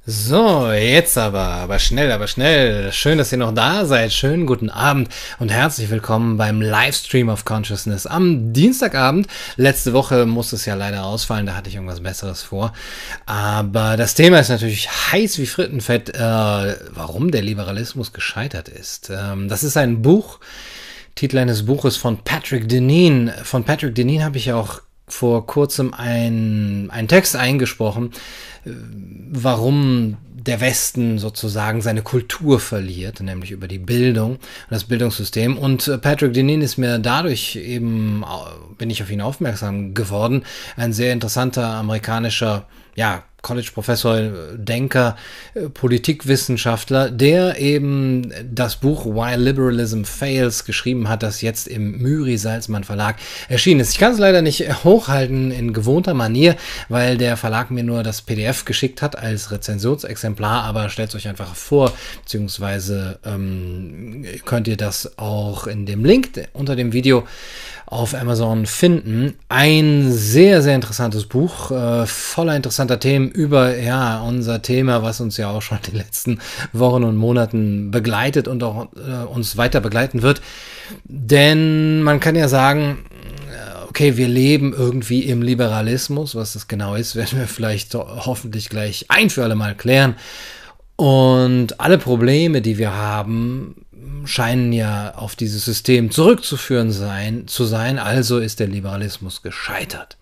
So, jetzt aber schnell, aber schnell. Schön, dass ihr noch da seid. Schönen guten Abend und herzlich willkommen beim Livestream of Consciousness am Dienstagabend. Letzte Woche musste es ja leider ausfallen, da hatte ich irgendwas Besseres vor. Aber das Thema ist natürlich heiß wie Frittenfett, warum der Liberalismus gescheitert ist. Das ist ein Buch, Titel eines Buches von Patrick Deneen. Von Patrick Deneen habe ich ja auch vor kurzem einen Text eingesprochen, warum der Westen sozusagen seine Kultur verliert, nämlich über die Bildung und das Bildungssystem. Und Patrick Deneen ist mir dadurch eben, bin ich auf ihn aufmerksam geworden, ein sehr interessanter amerikanischer, College-Professor, Denker, Politikwissenschaftler, der eben das Buch Why Liberalism Fails geschrieben hat, das jetzt im Müri-Salzmann Verlag erschienen ist. Ich kann es leider nicht hochhalten in gewohnter Manier, weil der Verlag mir nur das PDF geschickt hat als Rezensionsexemplar, aber stellt es euch einfach vor, beziehungsweise könnt ihr das auch in dem Link unter dem Video auf Amazon finden. Ein sehr, sehr interessantes Buch, voller interessanter Themen über unser Thema, was uns ja auch schon die letzten Wochen und Monaten begleitet und auch uns weiter begleiten wird. Denn man kann ja sagen, okay, wir leben irgendwie im Liberalismus. Was das genau ist, werden wir vielleicht hoffentlich gleich ein für alle Mal klären. Und alle Probleme, die wir haben, scheinen ja auf dieses System zurückzuführen zu sein, also ist der Liberalismus gescheitert.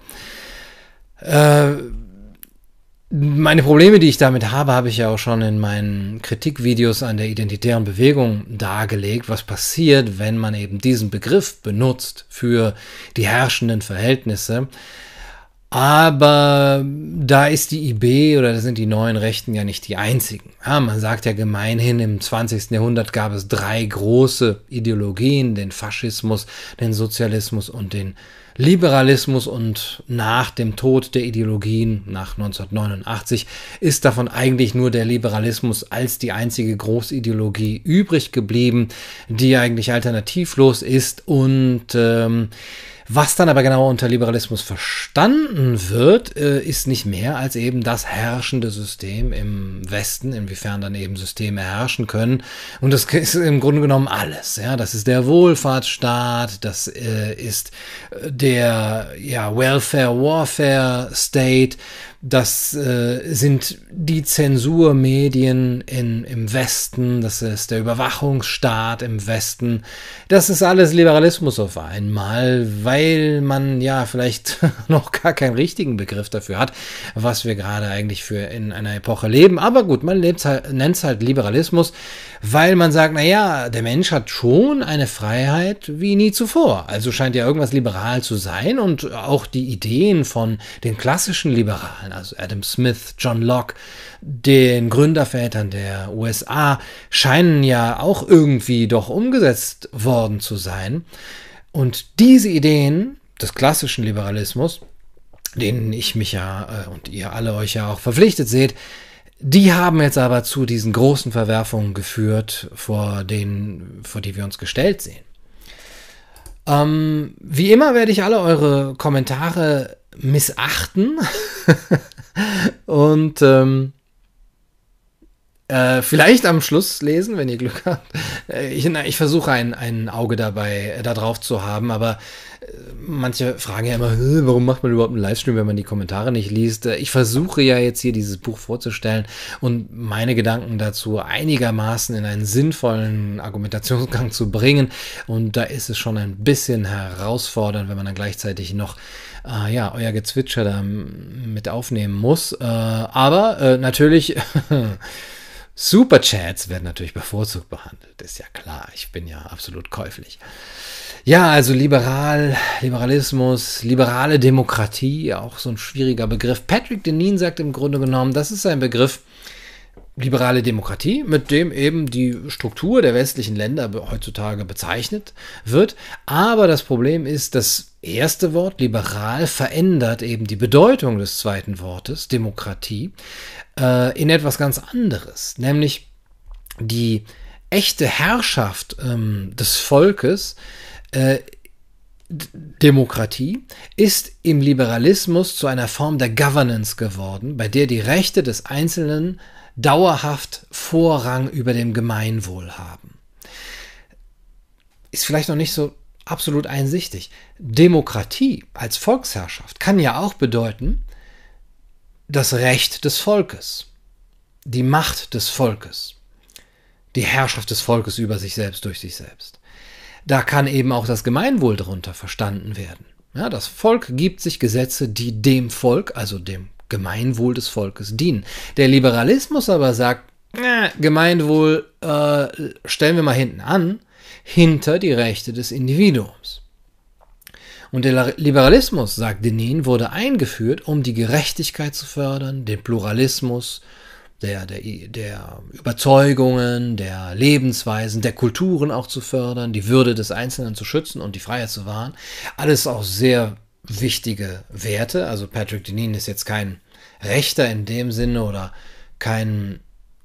Meine Probleme, die ich damit habe ich ja auch schon in meinen Kritikvideos an der identitären Bewegung dargelegt, was passiert, wenn man eben diesen Begriff benutzt für die herrschenden Verhältnisse. Aber da ist die IB oder da sind die neuen Rechten ja nicht die einzigen. Ja, man sagt ja gemeinhin, im 20. Jahrhundert gab es 3 große Ideologien, den Faschismus, den Sozialismus und den Liberalismus, und nach dem Tod der Ideologien, nach 1989, ist davon eigentlich nur der Liberalismus als die einzige Großideologie übrig geblieben, die eigentlich alternativlos ist. Und was dann aber genau unter Liberalismus verstanden wird, ist nicht mehr als eben das herrschende System im Westen, inwiefern dann eben Systeme herrschen können. Und das ist im Grunde genommen alles. Ja, das ist der Wohlfahrtsstaat, das ist der Welfare-Warfare-State, das sind die Zensurmedien im Westen, das ist der Überwachungsstaat im Westen. Das ist alles Liberalismus auf einmal, weil man ja vielleicht noch gar keinen richtigen Begriff dafür hat, was wir gerade eigentlich für in einer Epoche leben. Aber gut, man nennt es halt Liberalismus, weil man sagt, naja, der Mensch hat schon eine Freiheit wie nie zuvor. Also scheint ja irgendwas liberal zu sein, und auch die Ideen von den klassischen Liberalen, also Adam Smith, John Locke, den Gründervätern der USA, scheinen ja auch irgendwie doch umgesetzt worden zu sein. Und diese Ideen des klassischen Liberalismus, denen ich mich ja und ihr alle euch ja auch verpflichtet seht, die haben jetzt aber zu diesen großen Verwerfungen geführt, vor die wir uns gestellt sehen. Wie immer werde ich alle eure Kommentare missachten und vielleicht am Schluss lesen, wenn ihr Glück habt. Ich versuche ein Auge da drauf zu haben, aber manche fragen ja immer, warum macht man überhaupt einen Livestream, wenn man die Kommentare nicht liest? Ich versuche ja jetzt hier dieses Buch vorzustellen und meine Gedanken dazu einigermaßen in einen sinnvollen Argumentationsgang zu bringen, und da ist es schon ein bisschen herausfordernd, wenn man dann gleichzeitig noch euer Gezwitscher da mit aufnehmen muss. Aber natürlich Superchats werden natürlich bevorzugt behandelt, ist ja klar, ich bin ja absolut käuflich. Ja, also Liberalismus, liberale Demokratie, auch so ein schwieriger Begriff. Patrick Deneen sagt im Grunde genommen, das ist ein Begriff, liberale Demokratie, mit dem eben die Struktur der westlichen Länder heutzutage bezeichnet wird. Aber das Problem ist, das erste Wort, liberal, verändert eben die Bedeutung des zweiten Wortes, Demokratie, in etwas ganz anderes. Nämlich die echte Herrschaft des Volkes, Demokratie, ist im Liberalismus zu einer Form der Governance geworden, bei der die Rechte des Einzelnen dauerhaft Vorrang über dem Gemeinwohl haben. Ist vielleicht noch nicht so absolut einsichtig. Demokratie als Volksherrschaft kann ja auch bedeuten, das Recht des Volkes, die Macht des Volkes, die Herrschaft des Volkes über sich selbst, durch sich selbst. Da kann eben auch das Gemeinwohl darunter verstanden werden. Ja, das Volk gibt sich Gesetze, die dem Volk, also dem Gemeinwohl des Volkes, dienen. Der Liberalismus aber sagt, Gemeinwohl stellen wir mal hinten an, hinter die Rechte des Individuums. Und der Liberalismus, sagt Deneen, wurde eingeführt, um die Gerechtigkeit zu fördern, den Pluralismus, der Überzeugungen, der Lebensweisen, der Kulturen auch zu fördern, die Würde des Einzelnen zu schützen und die Freiheit zu wahren. Alles auch sehr wichtige Werte. Also Patrick Deneen ist jetzt kein Rechter in dem Sinne oder kein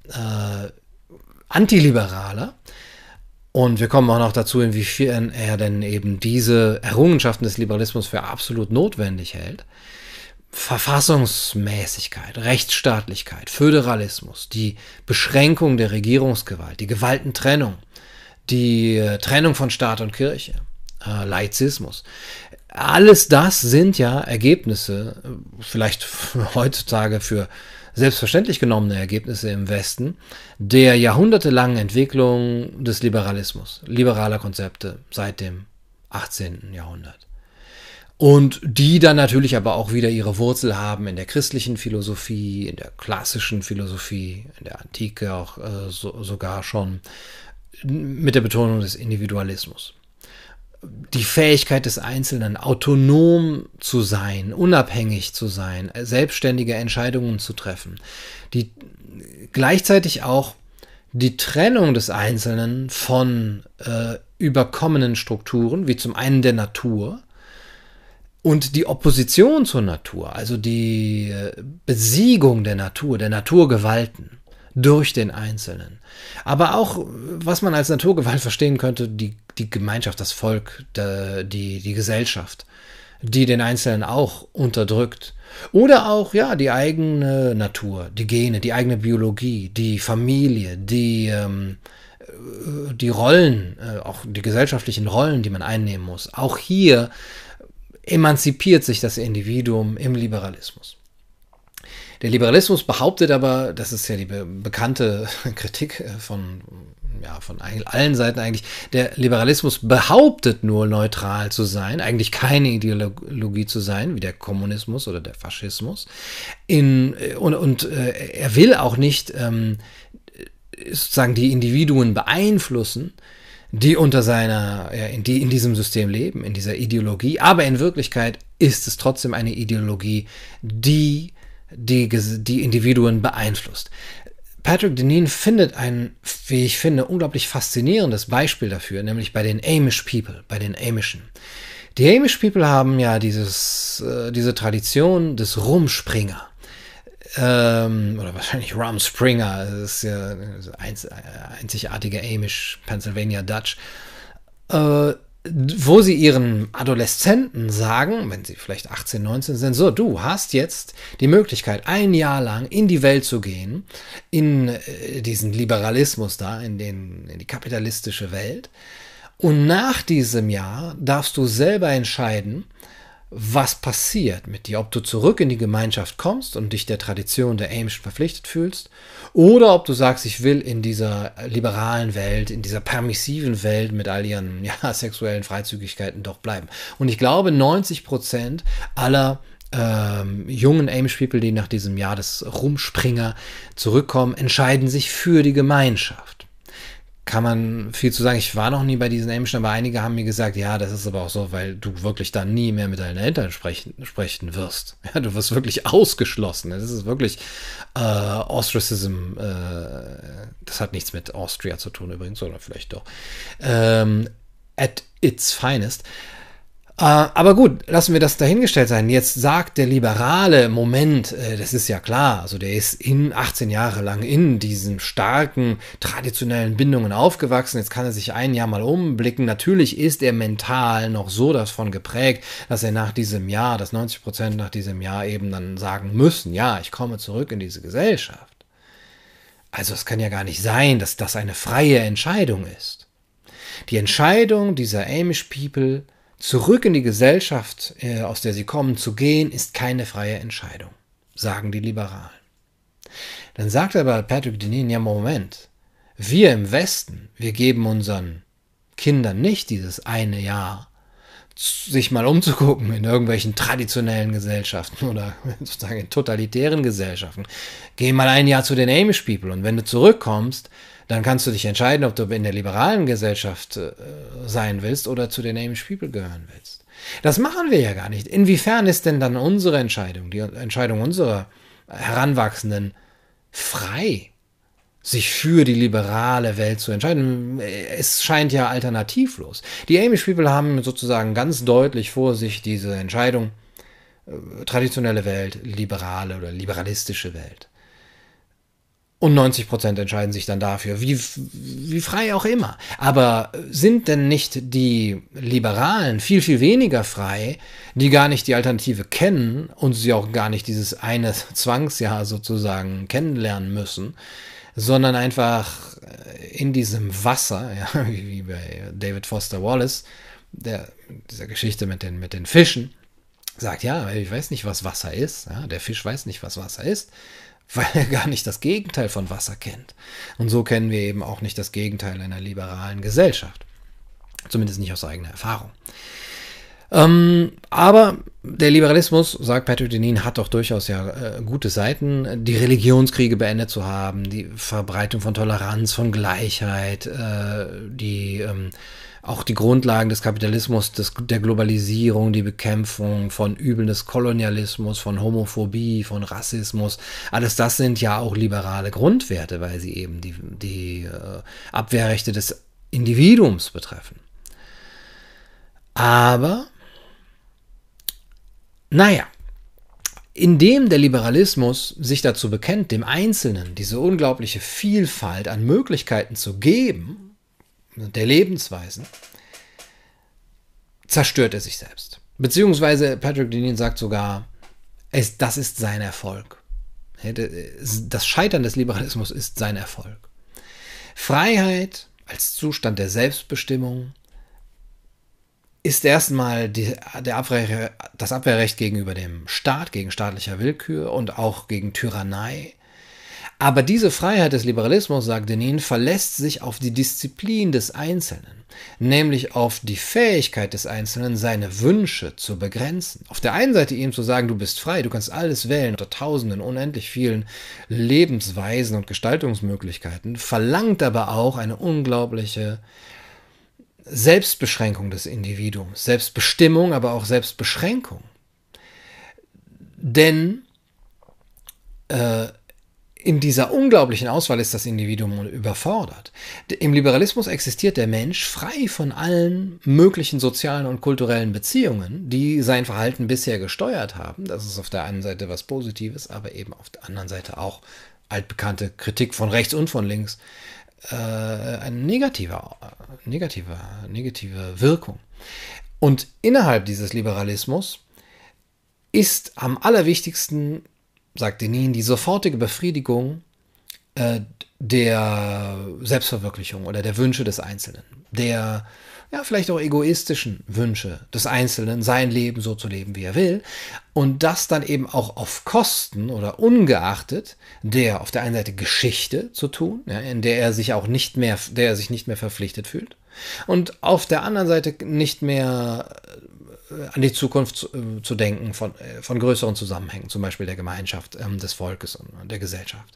Antiliberaler. Und wir kommen auch noch dazu, inwiefern er denn eben diese Errungenschaften des Liberalismus für absolut notwendig hält. Verfassungsmäßigkeit, Rechtsstaatlichkeit, Föderalismus, die Beschränkung der Regierungsgewalt, die Gewaltentrennung, die Trennung von Staat und Kirche, Laizismus. Alles das sind ja Ergebnisse, vielleicht heutzutage für selbstverständlich genommene Ergebnisse im Westen, der jahrhundertelangen Entwicklung des Liberalismus, liberaler Konzepte seit dem 18. Jahrhundert. Und die dann natürlich aber auch wieder ihre Wurzel haben in der christlichen Philosophie, in der klassischen Philosophie, in der Antike auch sogar schon, mit der Betonung des Individualismus. Die Fähigkeit des Einzelnen, autonom zu sein, unabhängig zu sein, selbstständige Entscheidungen zu treffen. Die gleichzeitig auch die Trennung des Einzelnen von überkommenen Strukturen, wie zum einen der Natur, und die Opposition zur Natur, also die Besiegung der Natur, der Naturgewalten durch den Einzelnen. Aber auch, was man als Naturgewalt verstehen könnte, die Gemeinschaft, das Volk, die Gesellschaft, die den Einzelnen auch unterdrückt. Oder auch, ja, die eigene Natur, die Gene, die eigene Biologie, die Familie, die Rollen, auch die gesellschaftlichen Rollen, die man einnehmen muss. Auch hier emanzipiert sich das Individuum im Liberalismus. Der Liberalismus behauptet aber, das ist ja die bekannte Kritik von allen Seiten eigentlich, der Liberalismus behauptet nur neutral zu sein, eigentlich keine Ideologie zu sein, wie der Kommunismus oder der Faschismus. Er will auch nicht sozusagen die Individuen beeinflussen, die in diesem System leben, in dieser Ideologie. Aber in Wirklichkeit ist es trotzdem eine Ideologie, die Individuen beeinflusst. Patrick Deneen findet ein, wie ich finde, unglaublich faszinierendes Beispiel dafür, nämlich bei den Amish People, bei den Amischen. Die Amish People haben ja diese Tradition des Rumspringer. Oder wahrscheinlich Rumspringer, das ist ja einzigartige Amish Pennsylvania Dutch, wo sie ihren Adoleszenten sagen, wenn sie vielleicht 18, 19 sind, so, du hast jetzt die Möglichkeit, ein Jahr lang in die Welt zu gehen, in diesen Liberalismus da, in die kapitalistische Welt, und nach diesem Jahr darfst du selber entscheiden, was passiert mit dir, ob du zurück in die Gemeinschaft kommst und dich der Tradition der Amish verpflichtet fühlst, oder ob du sagst, ich will in dieser liberalen Welt, in dieser permissiven Welt mit all ihren sexuellen Freizügigkeiten doch bleiben. Und ich glaube, 90% aller jungen Amish People, die nach diesem Jahr des Rumspringer zurückkommen, entscheiden sich für die Gemeinschaft. Kann man viel zu sagen. Ich war noch nie bei diesen Amischen, aber einige haben mir gesagt, ja, das ist aber auch so, weil du wirklich dann nie mehr mit deinen Eltern sprechen wirst. Ja, du wirst wirklich ausgeschlossen. Das ist wirklich Ostracism. Das hat nichts mit Austria zu tun übrigens, oder vielleicht doch. At its finest. Aber gut, lassen wir das dahingestellt sein. Jetzt sagt der liberale Moment, das ist ja klar, also der ist 18 Jahre lang in diesen starken traditionellen Bindungen aufgewachsen. Jetzt kann er sich ein Jahr mal umblicken. Natürlich ist er mental noch so davon geprägt, dass er nach diesem Jahr, dass 90% nach diesem Jahr eben dann sagen müssen, ja, ich komme zurück in diese Gesellschaft. Also es kann ja gar nicht sein, dass das eine freie Entscheidung ist. Die Entscheidung dieser Amish People, zurück in die Gesellschaft, aus der sie kommen, zu gehen, ist keine freie Entscheidung, sagen die Liberalen. Dann sagt aber Patrick Deneen, ja Moment, wir im Westen, wir geben unseren Kindern nicht dieses eine Jahr, sich mal umzugucken in irgendwelchen traditionellen Gesellschaften oder sozusagen in totalitären Gesellschaften. Geh mal ein Jahr zu den Amish People und wenn du zurückkommst, dann kannst du dich entscheiden, ob du in der liberalen Gesellschaft sein willst oder zu den Amish People gehören willst. Das machen wir ja gar nicht. Inwiefern ist denn dann unsere Entscheidung, die Entscheidung unserer Heranwachsenden frei, sich für die liberale Welt zu entscheiden? Es scheint ja alternativlos. Die Amish People haben sozusagen ganz deutlich vor sich diese Entscheidung, traditionelle Welt, liberale oder liberalistische Welt. Und 90% entscheiden sich dann dafür, wie frei auch immer. Aber sind denn nicht die Liberalen viel, viel weniger frei, die gar nicht die Alternative kennen und sie auch gar nicht dieses eine Zwangsjahr sozusagen kennenlernen müssen, sondern einfach in diesem Wasser, ja, wie bei David Foster Wallace, dieser Geschichte mit den Fischen, sagt, ja, ich weiß nicht, was Wasser ist. Ja, der Fisch weiß nicht, was Wasser ist, weil er gar nicht das Gegenteil von Wasser kennt. Und so kennen wir eben auch nicht das Gegenteil einer liberalen Gesellschaft. Zumindest nicht aus eigener Erfahrung. Aber der Liberalismus, sagt Patrick Deneen, hat doch durchaus ja gute Seiten. Die Religionskriege beendet zu haben, die Verbreitung von Toleranz, von Gleichheit, auch die Grundlagen des Kapitalismus, der Globalisierung, die Bekämpfung von Übeln des Kolonialismus, von Homophobie, von Rassismus. Alles das sind ja auch liberale Grundwerte, weil sie eben die Abwehrrechte des Individuums betreffen. Aber naja, indem der Liberalismus sich dazu bekennt, dem Einzelnen diese unglaubliche Vielfalt an Möglichkeiten zu geben, der Lebensweisen, zerstört er sich selbst. Beziehungsweise Patrick Deneen sagt sogar, das ist sein Erfolg. Das Scheitern des Liberalismus ist sein Erfolg. Freiheit als Zustand der Selbstbestimmung ist erstmal das Abwehrrecht gegenüber dem Staat, gegen staatlicher Willkür und auch gegen Tyrannei. Aber diese Freiheit des Liberalismus, sagt Deneen, verlässt sich auf die Disziplin des Einzelnen, nämlich auf die Fähigkeit des Einzelnen, seine Wünsche zu begrenzen. Auf der einen Seite ihm zu sagen, du bist frei, du kannst alles wählen, unter tausenden, unendlich vielen Lebensweisen und Gestaltungsmöglichkeiten, verlangt aber auch eine unglaubliche Selbstbeschränkung des Individuums, Selbstbestimmung, aber auch Selbstbeschränkung. Denn in dieser unglaublichen Auswahl ist das Individuum überfordert. Im Liberalismus existiert der Mensch frei von allen möglichen sozialen und kulturellen Beziehungen, die sein Verhalten bisher gesteuert haben. Das ist auf der einen Seite was Positives, aber eben auf der anderen Seite auch altbekannte Kritik von rechts und von links, eine negative Wirkung. Und innerhalb dieses Liberalismus ist am allerwichtigsten, sagt Deneen, die sofortige Befriedigung der Selbstverwirklichung oder der Wünsche des Einzelnen, der vielleicht auch egoistischen Wünsche des Einzelnen, sein Leben so zu leben, wie er will, und das dann eben auch auf Kosten oder ungeachtet der auf der einen Seite Geschichte zu tun, in der er sich nicht mehr verpflichtet fühlt, und auf der anderen Seite nicht mehr an die Zukunft zu denken von größeren Zusammenhängen, zum Beispiel der Gemeinschaft, des Volkes und der Gesellschaft.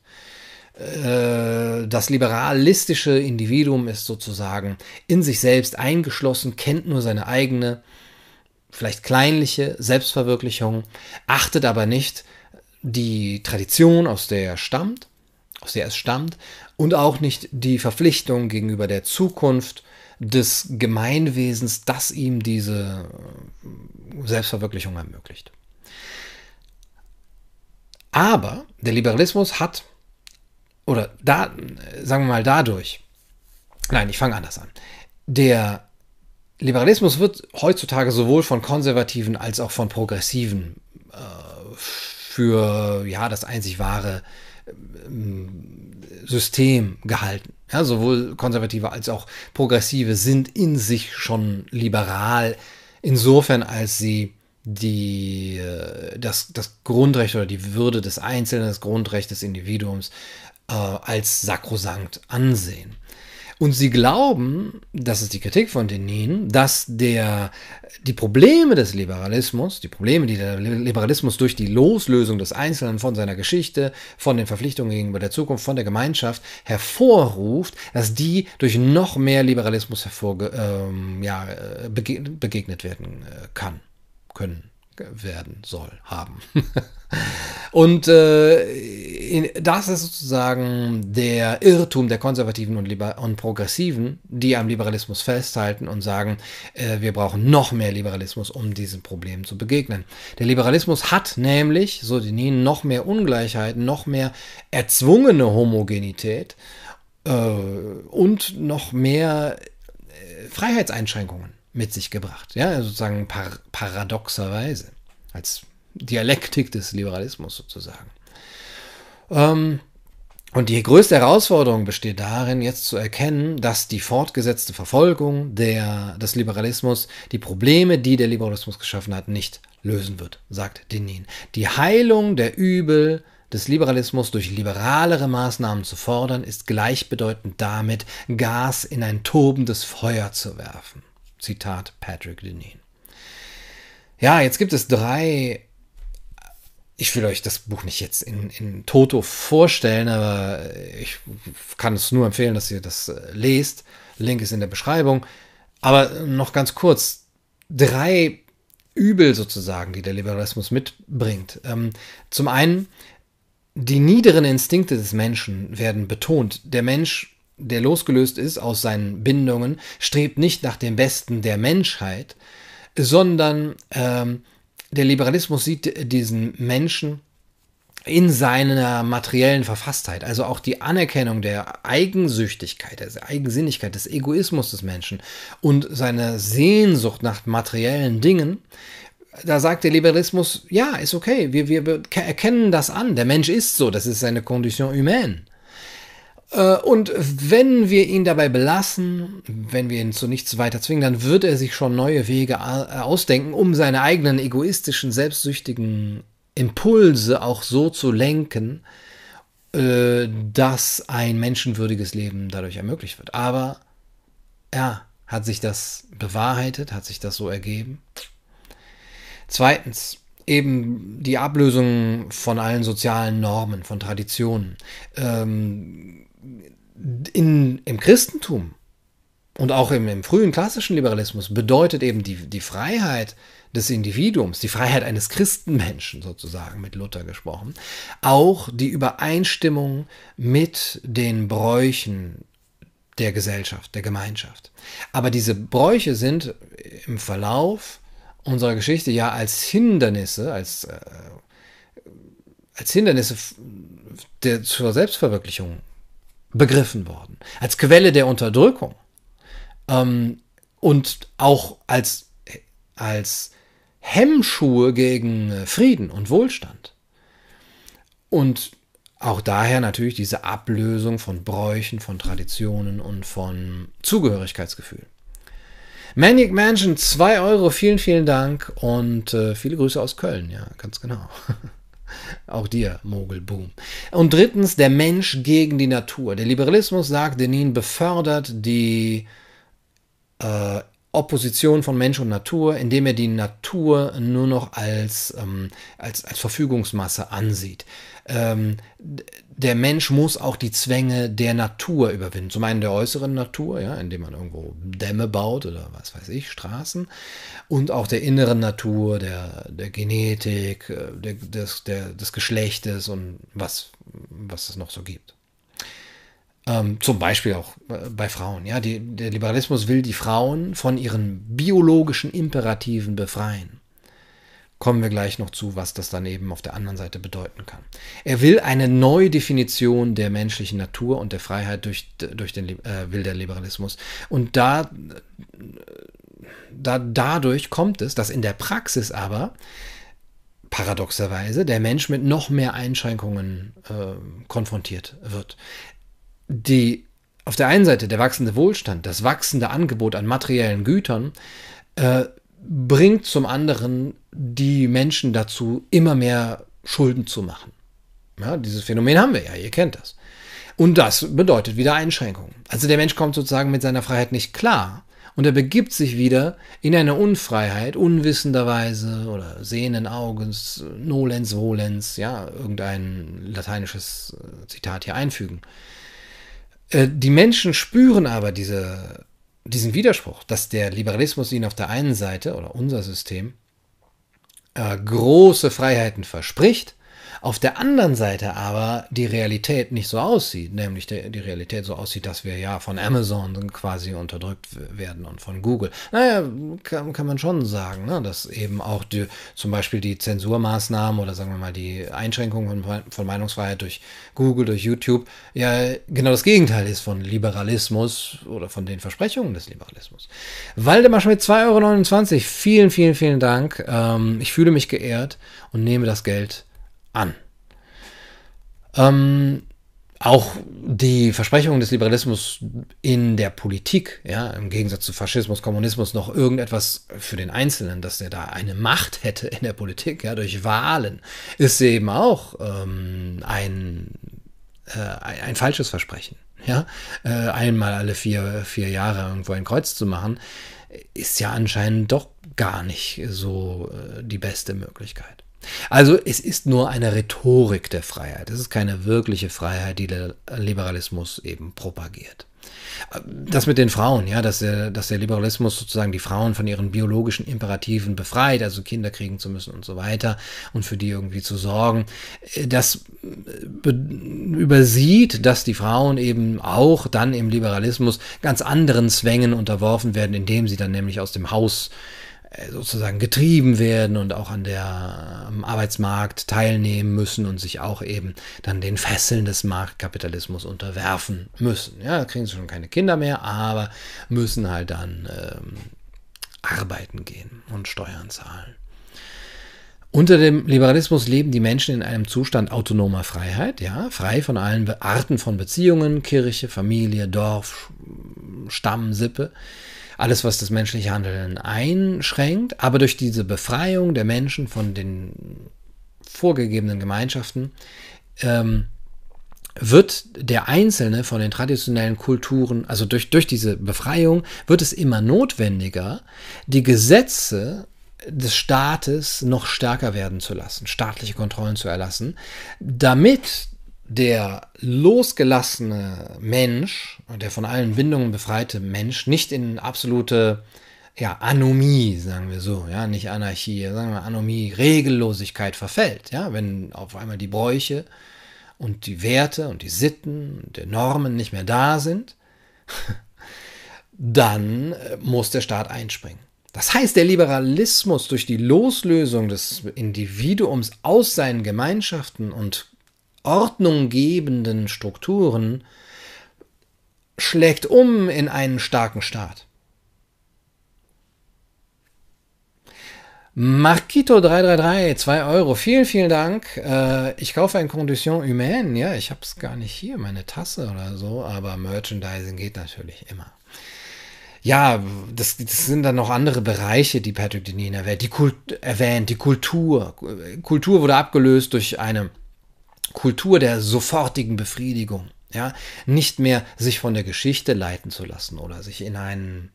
Das liberalistische Individuum ist sozusagen in sich selbst eingeschlossen, kennt nur seine eigene, vielleicht kleinliche Selbstverwirklichung, achtet aber nicht die Tradition, aus der es stammt, und auch nicht die Verpflichtung gegenüber der Zukunft des Gemeinwesens, das ihm diese Selbstverwirklichung ermöglicht. Aber der Liberalismus hat, sagen wir mal dadurch, nein, ich fange anders an. Der Liberalismus wird heutzutage sowohl von Konservativen als auch von Progressiven für das einzig wahre System gehalten. Ja, sowohl Konservative als auch Progressive sind in sich schon liberal, insofern als sie das Grundrecht oder die Würde des Einzelnen, das Grundrecht des Individuums als sakrosankt ansehen. Und sie glauben, das ist die Kritik von Denin, dass die Probleme des Liberalismus, die Probleme, die der Liberalismus durch die Loslösung des Einzelnen von seiner Geschichte, von den Verpflichtungen gegenüber der Zukunft, von der Gemeinschaft hervorruft, dass die durch noch mehr Liberalismus begegnet werden haben. Und das ist sozusagen der Irrtum der Konservativen und Progressiven, die am Liberalismus festhalten und sagen, wir brauchen noch mehr Liberalismus, um diesem Problem zu begegnen. Der Liberalismus hat nämlich, so Denin, noch mehr Ungleichheiten, noch mehr erzwungene Homogenität und noch mehr Freiheitseinschränkungen mit sich gebracht. Ja, sozusagen paradoxerweise, als Dialektik des Liberalismus sozusagen. Und die größte Herausforderung besteht darin, jetzt zu erkennen, dass die fortgesetzte Verfolgung des Liberalismus die Probleme, die der Liberalismus geschaffen hat, nicht lösen wird, sagt Denin. Die Heilung der Übel des Liberalismus durch liberalere Maßnahmen zu fordern, ist gleichbedeutend damit, Gas in ein tobendes Feuer zu werfen. Zitat Patrick Deneen. Ja, jetzt gibt es 3. Ich will euch das Buch nicht jetzt in Toto vorstellen, aber ich kann es nur empfehlen, dass ihr das lest. Link ist in der Beschreibung. Aber noch ganz kurz, 3 Übel sozusagen, die der Liberalismus mitbringt. Zum einen, die niederen Instinkte des Menschen werden betont. Der Mensch, der losgelöst ist aus seinen Bindungen, strebt nicht nach dem Besten der Menschheit, sondern der Liberalismus sieht diesen Menschen in seiner materiellen Verfasstheit, also auch die Anerkennung der Eigensüchtigkeit, der Eigensinnigkeit, des Egoismus des Menschen und seine Sehnsucht nach materiellen Dingen. Da sagt der Liberalismus, ja, ist okay, wir erkennen das an, der Mensch ist so, das ist seine Condition humaine. Und wenn wir ihn dabei belassen, wenn wir ihn zu nichts weiter zwingen, dann wird er sich schon neue Wege ausdenken, um seine eigenen egoistischen, selbstsüchtigen Impulse auch so zu lenken, dass ein menschenwürdiges Leben dadurch ermöglicht wird. Aber ja, hat sich das bewahrheitet? Hat sich das so ergeben? Zweitens, eben die Ablösung von allen sozialen Normen, von Traditionen. Im Christentum und auch im frühen klassischen Liberalismus bedeutet eben die Freiheit des Individuums, die Freiheit eines Christenmenschen sozusagen, mit Luther gesprochen, auch die Übereinstimmung mit den Bräuchen der Gesellschaft, der Gemeinschaft. Aber diese Bräuche sind im Verlauf unserer Geschichte ja als Hindernisse, zur Selbstverwirklichung begriffen worden, als Quelle der Unterdrückung und auch als Hemmschuhe gegen Frieden und Wohlstand. Und auch daher natürlich diese Ablösung von Bräuchen, von Traditionen und von Zugehörigkeitsgefühl. Maniac Mansion, 2 Euro, vielen, vielen Dank und viele Grüße aus Köln, ja, ganz genau. Auch dir, Mogel Boom. Und drittens, der Mensch gegen die Natur. Der Liberalismus, sagt Denin, befördert die Opposition von Mensch und Natur, indem er die Natur nur noch als Verfügungsmasse ansieht. Der Mensch muss auch die Zwänge der Natur überwinden. Zum einen der äußeren Natur, ja, indem man irgendwo Dämme baut oder was weiß ich, Straßen. Und auch der inneren Natur, der Genetik, des Geschlechtes und was es noch so gibt. Zum Beispiel auch bei Frauen. Ja, der Liberalismus will die Frauen von ihren biologischen Imperativen befreien. Kommen wir gleich noch zu, was das dann eben auf der anderen Seite bedeuten kann. Er will eine Neudefinition der menschlichen Natur und der Freiheit will der Liberalismus. Und dadurch kommt es, dass in der Praxis aber paradoxerweise der Mensch mit noch mehr Einschränkungen konfrontiert wird. die auf der einen Seite der wachsende Wohlstand, das wachsende Angebot an materiellen Gütern, bringt zum anderen die Menschen dazu, immer mehr Schulden zu machen. Ja, dieses Phänomen haben wir ja, ihr kennt das. Und das bedeutet wieder Einschränkungen. Also der Mensch kommt sozusagen mit seiner Freiheit nicht klar. Und er begibt sich wieder in eine Unfreiheit, unwissenderweise oder sehenden Auges, nolens volens, ja, irgendein lateinisches Zitat hier einfügen. Die Menschen spüren aber diesen Widerspruch, dass der Liberalismus ihnen auf der einen Seite oder unser System große Freiheiten verspricht, auf der anderen Seite aber die Realität nicht so aussieht, nämlich die Realität so aussieht, dass wir ja von Amazon quasi unterdrückt werden und von Google. Naja, kann man schon sagen, ne, dass eben auch zum Beispiel die Zensurmaßnahmen oder sagen wir mal die Einschränkungen von Meinungsfreiheit durch Google, durch YouTube ja genau das Gegenteil ist von Liberalismus oder von den Versprechungen des Liberalismus. Waldemar Schmidt, 2,29 €, vielen, vielen, vielen Dank. Ich fühle mich geehrt und nehme das Geld an. Auch die Versprechungen des Liberalismus in der Politik, ja, im Gegensatz zu Faschismus, Kommunismus, noch irgendetwas für den Einzelnen, dass er da eine Macht hätte in der Politik, ja, durch Wahlen, ist eben auch ein falsches Versprechen. Ja? Einmal alle vier Jahre irgendwo ein Kreuz zu machen, ist ja anscheinend doch gar nicht so die beste Möglichkeit. Also es ist nur eine Rhetorik der Freiheit. Es ist keine wirkliche Freiheit, die der Liberalismus eben propagiert. Das mit den Frauen, ja, dass der Liberalismus sozusagen die Frauen von ihren biologischen Imperativen befreit, also Kinder kriegen zu müssen und so weiter und für die irgendwie zu sorgen, das übersieht, dass die Frauen eben auch dann im Liberalismus ganz anderen Zwängen unterworfen werden, indem sie dann nämlich aus dem Haus sozusagen getrieben werden und auch am Arbeitsmarkt teilnehmen müssen und sich auch eben dann den Fesseln des Marktkapitalismus unterwerfen müssen. Ja, da kriegen sie schon keine Kinder mehr, aber müssen halt dann arbeiten gehen und Steuern zahlen. Unter dem Liberalismus leben die Menschen in einem Zustand autonomer Freiheit, ja, frei von allen Arten von Beziehungen, Kirche, Familie, Dorf, Stamm, Sippe. Alles, was das menschliche Handeln einschränkt, aber durch diese Befreiung der Menschen von den vorgegebenen Gemeinschaften wird der Einzelne von den traditionellen Kulturen, also durch diese Befreiung wird es immer notwendiger, die Gesetze des Staates noch stärker werden zu lassen, staatliche Kontrollen zu erlassen, damit der losgelassene Mensch, der von allen Bindungen befreite Mensch, nicht in absolute Anomie, sagen wir so, ja, nicht Anarchie, sagen wir Anomie, Regellosigkeit verfällt, ja, wenn auf einmal die Bräuche und die Werte und die Sitten und die Normen nicht mehr da sind, dann muss der Staat einspringen. Das heißt, der Liberalismus durch die Loslösung des Individuums aus seinen Gemeinschaften und ordnunggebenden Strukturen schlägt um in einen starken Staat. Marquito 333, 2 €, vielen, vielen Dank. Ich kaufe ein Condition Humaine, ja, ich habe es gar nicht hier, meine Tasse oder so, aber Merchandising geht natürlich immer. Ja, das sind dann noch andere Bereiche, die Patrick Deneen erwähnt. Die Kultur. Kultur wurde abgelöst durch eine Kultur der sofortigen Befriedigung, ja, nicht mehr sich von der Geschichte leiten zu lassen oder sich in einen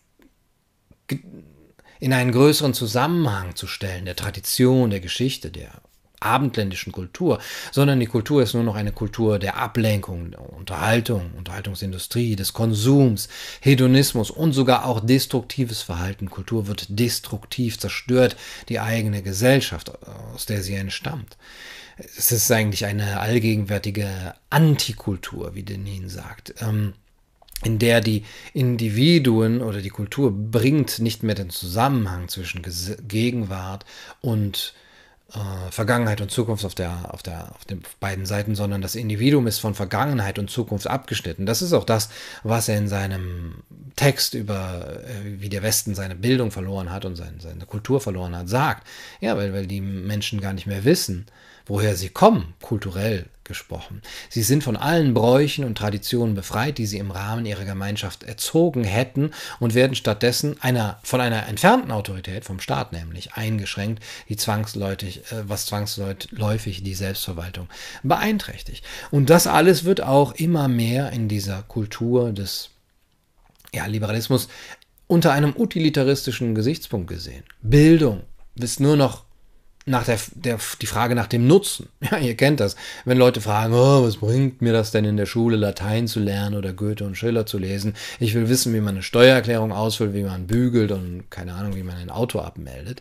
größeren Zusammenhang zu stellen, der Tradition, der Geschichte, der abendländischen Kultur, sondern die Kultur ist nur noch eine Kultur der Ablenkung, der Unterhaltung, Unterhaltungsindustrie, des Konsums, Hedonismus und sogar auch destruktives Verhalten. Kultur wird destruktiv, zerstört die eigene Gesellschaft, aus der sie entstammt. Es ist eigentlich eine allgegenwärtige Antikultur, wie Deneen sagt, in der die Individuen oder die Kultur bringt nicht mehr den Zusammenhang zwischen Gegenwart und Vergangenheit und Zukunft auf den beiden Seiten, sondern das Individuum ist von Vergangenheit und Zukunft abgeschnitten. Das ist auch das, was er in seinem Text über wie der Westen seine Bildung verloren hat und seine Kultur verloren hat, sagt. Ja, weil die Menschen gar nicht mehr wissen, woher sie kommen, kulturell gesprochen. Sie sind von allen Bräuchen und Traditionen befreit, die sie im Rahmen ihrer Gemeinschaft erzogen hätten und werden stattdessen von einer entfernten Autorität, vom Staat nämlich, eingeschränkt, was zwangsläufig die Selbstverwaltung beeinträchtigt. Und das alles wird auch immer mehr in dieser Kultur des Liberalismus unter einem utilitaristischen Gesichtspunkt gesehen. Bildung ist nur noch die Frage nach dem Nutzen. Ja, ihr kennt das. Wenn Leute fragen, was bringt mir das denn in der Schule, Latein zu lernen oder Goethe und Schiller zu lesen? Ich will wissen, wie man eine Steuererklärung ausfüllt, wie man bügelt und keine Ahnung, wie man ein Auto abmeldet.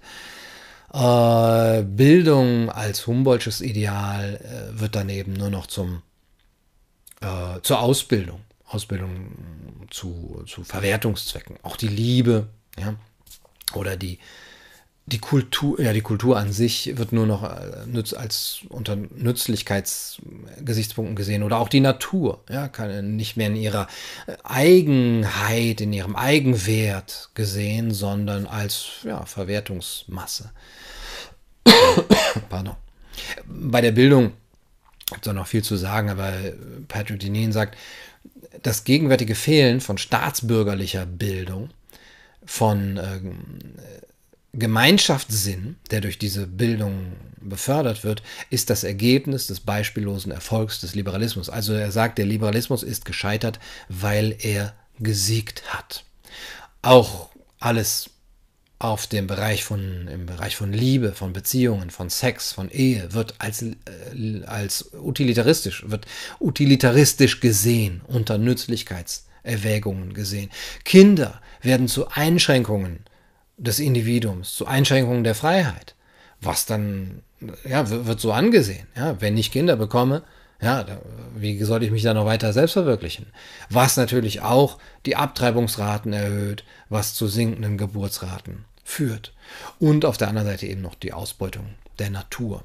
Bildung als Humboldtsches Ideal wird daneben nur noch zur Ausbildung. Ausbildung zu Verwertungszwecken. Auch die Liebe, ja, oder die Kultur, die Kultur an sich wird nur noch als unter Nützlichkeitsgesichtspunkten gesehen, oder auch die Natur, ja, kann nicht mehr in ihrer Eigenheit, in ihrem Eigenwert gesehen, sondern als Verwertungsmasse. Pardon. Bei der Bildung gibt es auch noch viel zu sagen, aber Patrick Deneen sagt, das gegenwärtige Fehlen von staatsbürgerlicher Bildung, von Gemeinschaftssinn, der durch diese Bildung befördert wird, ist das Ergebnis des beispiellosen Erfolgs des Liberalismus. Also er sagt, der Liberalismus ist gescheitert, weil er gesiegt hat. Auch alles im Bereich von Liebe, von Beziehungen, von Sex, von Ehe wird als utilitaristisch gesehen, unter Nützlichkeitserwägungen gesehen. Kinder werden zu Einschränkungen des Individuums, zu Einschränkungen der Freiheit. Was dann, wird so angesehen. Ja, wenn ich Kinder bekomme, wie soll ich mich da noch weiter selbst verwirklichen? Was natürlich auch die Abtreibungsraten erhöht, was zu sinkenden Geburtsraten führt. Und auf der anderen Seite eben noch die Ausbeutung der Natur.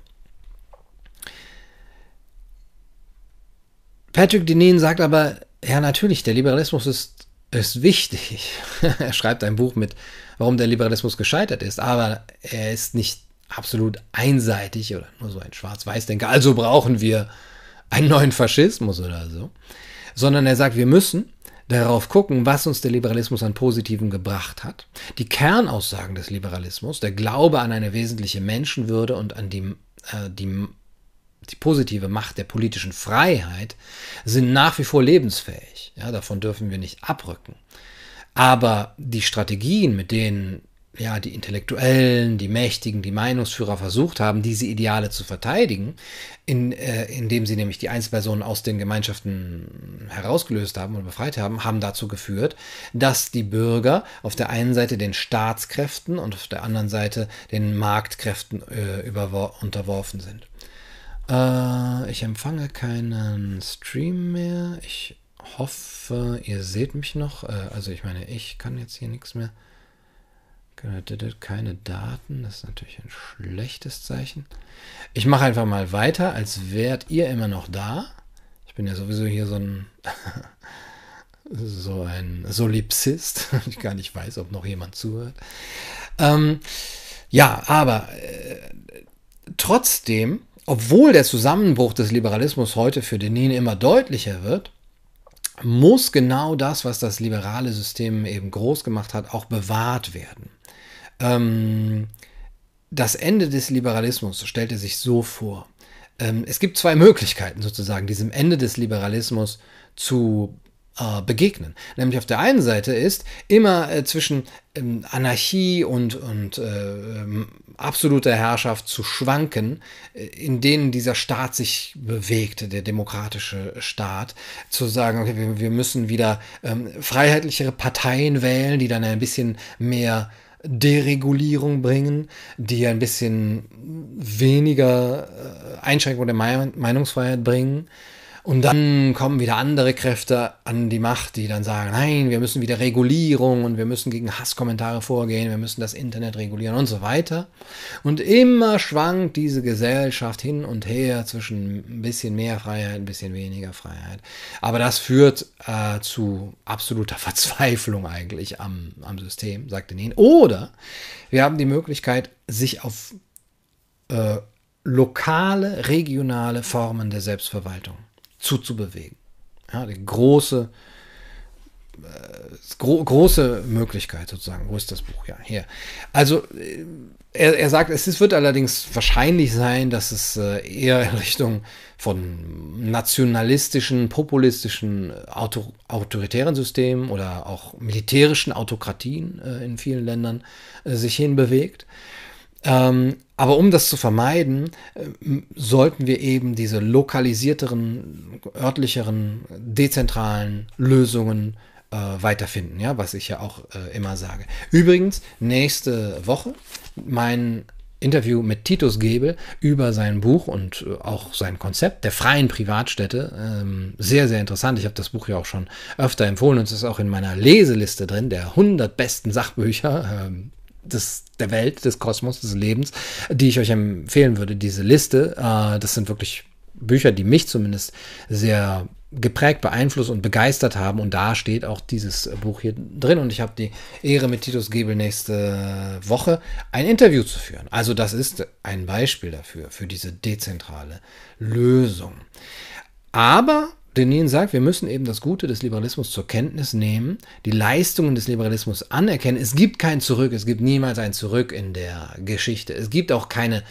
Patrick Deneen sagt aber, ja natürlich, der Liberalismus ist wichtig. Er schreibt ein Buch mit, warum der Liberalismus gescheitert ist, aber er ist nicht absolut einseitig oder nur so ein Schwarz-Weiß-Denker. Also brauchen wir einen neuen Faschismus oder so. Sondern er sagt, wir müssen darauf gucken, was uns der Liberalismus an Positivem gebracht hat. Die Kernaussagen des Liberalismus, der Glaube an eine wesentliche Menschenwürde und an die positive Macht der politischen Freiheit sind nach wie vor lebensfähig. Ja, davon dürfen wir nicht abrücken. Aber die Strategien, mit denen die Intellektuellen, die Mächtigen, die Meinungsführer versucht haben, diese Ideale zu verteidigen, indem sie nämlich die Einzelpersonen aus den Gemeinschaften herausgelöst haben und befreit haben, haben dazu geführt, dass die Bürger auf der einen Seite den Staatskräften und auf der anderen Seite den Marktkräften unterworfen sind. Ich empfange keinen Stream mehr. Ich hoffe, ihr seht mich noch. Also ich meine, ich kann jetzt hier nichts mehr. Keine Daten, das ist natürlich ein schlechtes Zeichen. Ich mache einfach mal weiter, als wärt ihr immer noch da. Ich bin ja sowieso hier so ein Solipsist. Ich gar nicht weiß, ob noch jemand zuhört. Aber trotzdem, obwohl der Zusammenbruch des Liberalismus heute für Deneen immer deutlicher wird, muss genau das, was das liberale System eben groß gemacht hat, auch bewahrt werden. Das Ende des Liberalismus stellte sich so vor. Es gibt zwei Möglichkeiten sozusagen, diesem Ende des Liberalismus zu begegnen. Nämlich auf der einen Seite ist immer zwischen Anarchie und absoluter Herrschaft zu schwanken, in denen dieser Staat sich bewegt, der demokratische Staat, zu sagen, okay, wir müssen wieder freiheitlichere Parteien wählen, die dann ein bisschen mehr Deregulierung bringen, die ein bisschen weniger Einschränkung der Meinungsfreiheit bringen. Und dann kommen wieder andere Kräfte an die Macht, die dann sagen, nein, wir müssen wieder Regulierung und wir müssen gegen Hasskommentare vorgehen, wir müssen das Internet regulieren und so weiter. Und immer schwankt diese Gesellschaft hin und her zwischen ein bisschen mehr Freiheit, ein bisschen weniger Freiheit. Aber das führt zu absoluter Verzweiflung eigentlich am System, sagte Deneen. Oder wir haben die Möglichkeit, sich auf lokale, regionale Formen der Selbstverwaltung zuzubewegen. Ja, die große Möglichkeit sozusagen. Wo ist das Buch? Ja, hier. Also er sagt, wird allerdings wahrscheinlich sein, dass es eher in Richtung von nationalistischen, populistischen, autoritären Systemen oder auch militärischen Autokratien in vielen Ländern sich hinbewegt. Aber um das zu vermeiden, sollten wir eben diese lokalisierteren, örtlicheren, dezentralen Lösungen weiterfinden, ja, was ich ja auch immer sage. Übrigens, nächste Woche mein Interview mit Titus Gebel über sein Buch und auch sein Konzept der freien Privatstädte. Sehr, sehr interessant. Ich habe das Buch ja auch schon öfter empfohlen und es ist auch in meiner Leseliste drin, der 100 besten Sachbücher der Welt, des Kosmos, des Lebens, die ich euch empfehlen würde, diese Liste. Das sind wirklich Bücher, die mich zumindest sehr geprägt, beeinflusst und begeistert haben. Und da steht auch dieses Buch hier drin. Und ich habe die Ehre, mit Titus Gebel nächste Woche ein Interview zu führen. Also das ist ein Beispiel dafür, für diese dezentrale Lösung. Aber Denin sagt, wir müssen eben das Gute des Liberalismus zur Kenntnis nehmen, die Leistungen des Liberalismus anerkennen. Es gibt kein Zurück, es gibt niemals ein Zurück in der Geschichte. Es gibt auch kein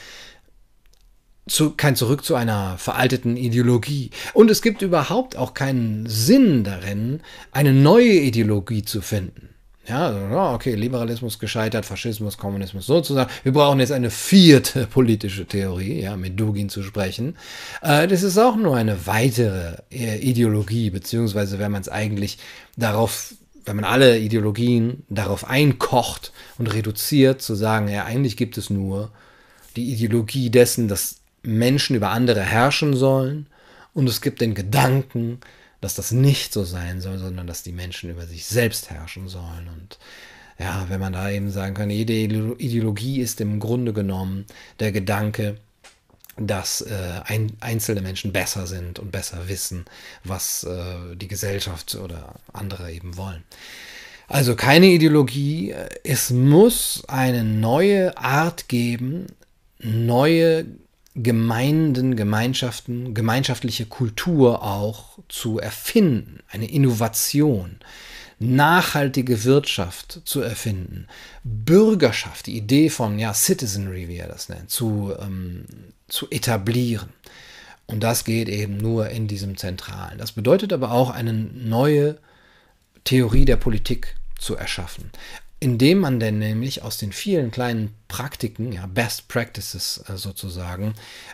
Zurück zu einer veralteten Ideologie. Und es gibt überhaupt auch keinen Sinn darin, eine neue Ideologie zu finden. Ja, okay, Liberalismus gescheitert, Faschismus, Kommunismus sozusagen. Wir brauchen jetzt eine vierte politische Theorie, ja, mit Dugin zu sprechen. Das ist auch nur eine weitere Ideologie, beziehungsweise wenn man es eigentlich wenn man alle Ideologien darauf einkocht und reduziert, zu sagen, ja, eigentlich gibt es nur die Ideologie dessen, dass Menschen über andere herrschen sollen und es gibt den Gedanken, dass das nicht so sein soll, sondern dass die Menschen über sich selbst herrschen sollen. Und ja, wenn man da eben sagen kann, jede Ideologie ist im Grunde genommen der Gedanke, dass einzelne Menschen besser sind und besser wissen, was die Gesellschaft oder andere eben wollen. Also keine Ideologie, es muss eine neue Art geben, neue Gemeinden, Gemeinschaften, gemeinschaftliche Kultur auch zu erfinden, eine Innovation, nachhaltige Wirtschaft zu erfinden, Bürgerschaft, die Idee von Citizenry, wie er das nennt, zu etablieren. Und das geht eben nur in diesem Zentralen. Das bedeutet aber auch, eine neue Theorie der Politik zu erschaffen, indem man denn nämlich aus den vielen kleinen Praktiken, Best Practices sozusagen,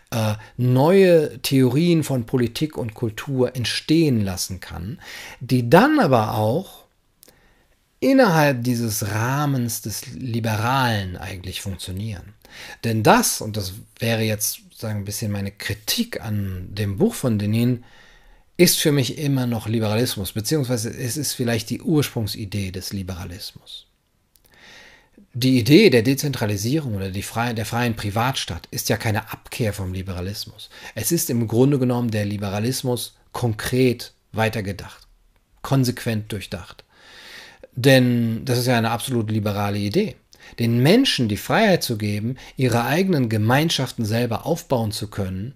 neue Theorien von Politik und Kultur entstehen lassen kann, die dann aber auch innerhalb dieses Rahmens des Liberalen eigentlich funktionieren. Denn das, und das wäre jetzt sagen ein bisschen meine Kritik an dem Buch von Denin, ist für mich immer noch Liberalismus, beziehungsweise es ist vielleicht die Ursprungsidee des Liberalismus. Die Idee der Dezentralisierung oder der freien Privatstadt ist ja keine Abkehr vom Liberalismus. Es ist im Grunde genommen der Liberalismus konkret weitergedacht, konsequent durchdacht. Denn das ist ja eine absolut liberale Idee. Den Menschen die Freiheit zu geben, ihre eigenen Gemeinschaften selber aufbauen zu können,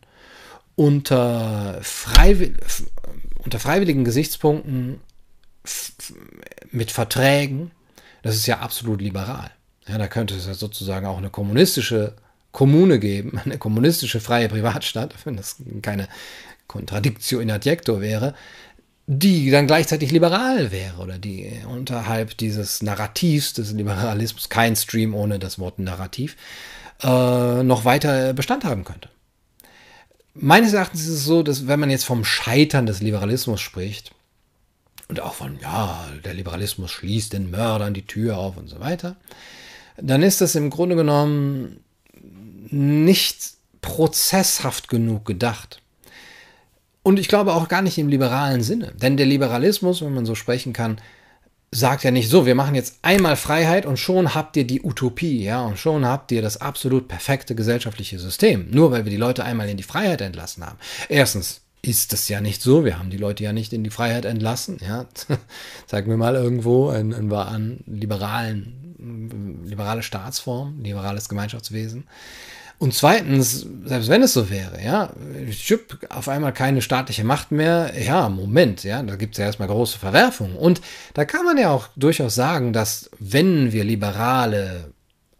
unter freiwilligen Gesichtspunkten, mit Verträgen, das ist ja absolut liberal. Ja, da könnte es ja sozusagen auch eine kommunistische Kommune geben, eine kommunistische freie Privatstadt, wenn das keine Contradictio in adjecto wäre, die dann gleichzeitig liberal wäre oder die unterhalb dieses Narrativs des Liberalismus, kein Stream ohne das Wort Narrativ, noch weiter Bestand haben könnte. Meines Erachtens ist es so, dass wenn man jetzt vom Scheitern des Liberalismus spricht und auch von, der Liberalismus schließt den Mördern die Tür auf und so weiter, dann ist das im Grunde genommen nicht prozesshaft genug gedacht. Und ich glaube auch gar nicht im liberalen Sinne. Denn der Liberalismus, wenn man so sprechen kann, sagt ja nicht so, wir machen jetzt einmal Freiheit und schon habt ihr die Utopie, und schon habt ihr das absolut perfekte gesellschaftliche System. Nur weil wir die Leute einmal in die Freiheit entlassen haben. Erstens ist es ja nicht so, wir haben die Leute ja nicht in die Freiheit entlassen. Zeig mir mal irgendwo eine liberale Staatsform, liberales Gemeinschaftswesen. Und zweitens, selbst wenn es so wäre, ja, auf einmal keine staatliche Macht mehr, ja, Moment, ja, da gibt es ja erstmal große Verwerfungen. Und da kann man ja auch durchaus sagen, dass wenn wir liberale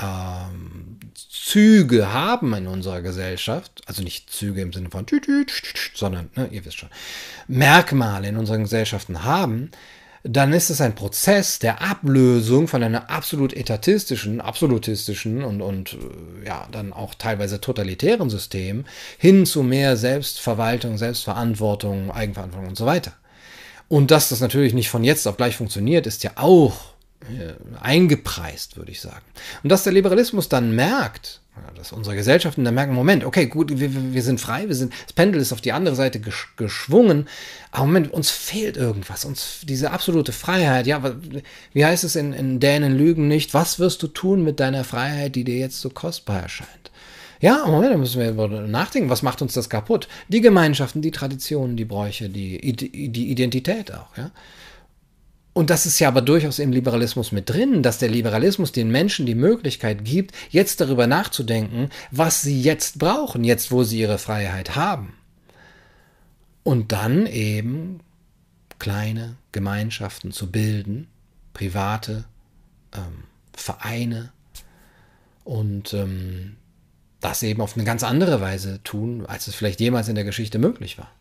Züge haben in unserer Gesellschaft, also nicht Züge im Sinne von sondern, ne, ihr wisst schon, Merkmale in unseren Gesellschaften haben, dann ist es ein Prozess der Ablösung von einer absolut absolutistischen und ja, dann auch teilweise totalitären System hin zu mehr Selbstverwaltung, Selbstverantwortung, Eigenverantwortung und so weiter. Und dass das natürlich nicht von jetzt auf gleich funktioniert, ist ja auch eingepreist, würde ich sagen. Und dass der Liberalismus dann merkt, dass unsere Gesellschaften dann merken, Moment, okay, gut, wir sind frei, das Pendel ist auf die andere Seite geschwungen, aber Moment, uns fehlt irgendwas, uns diese absolute Freiheit, ja, wie heißt es in Dänen lügen nicht, was wirst du tun mit deiner Freiheit, die dir jetzt so kostbar erscheint? Ja, Moment, da müssen wir nachdenken, was macht uns das kaputt? Die Gemeinschaften, die Traditionen, die Bräuche, die Identität auch, ja. Und das ist ja aber durchaus im Liberalismus mit drin, dass der Liberalismus den Menschen die Möglichkeit gibt, jetzt darüber nachzudenken, was sie jetzt brauchen, jetzt wo sie ihre Freiheit haben. Und dann eben kleine Gemeinschaften zu bilden, private Vereine und das eben auf eine ganz andere Weise tun, als es vielleicht jemals in der Geschichte möglich war.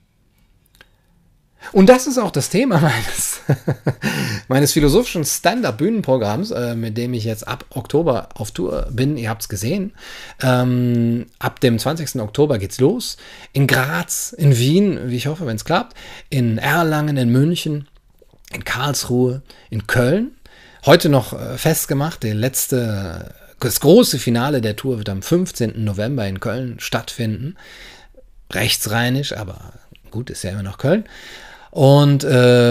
Und das ist auch das Thema meines philosophischen Stand-up-Bühnenprogramms, mit dem ich jetzt ab Oktober auf Tour bin. Ihr habt es gesehen. Ab dem 20. Oktober geht's los. In Graz, in Wien, wie ich hoffe, wenn es klappt, in Erlangen, in München, in Karlsruhe, in Köln. Heute noch festgemacht, das große Finale der Tour wird am 15. November in Köln stattfinden. Rechtsrheinisch, aber gut, ist ja immer noch Köln. Und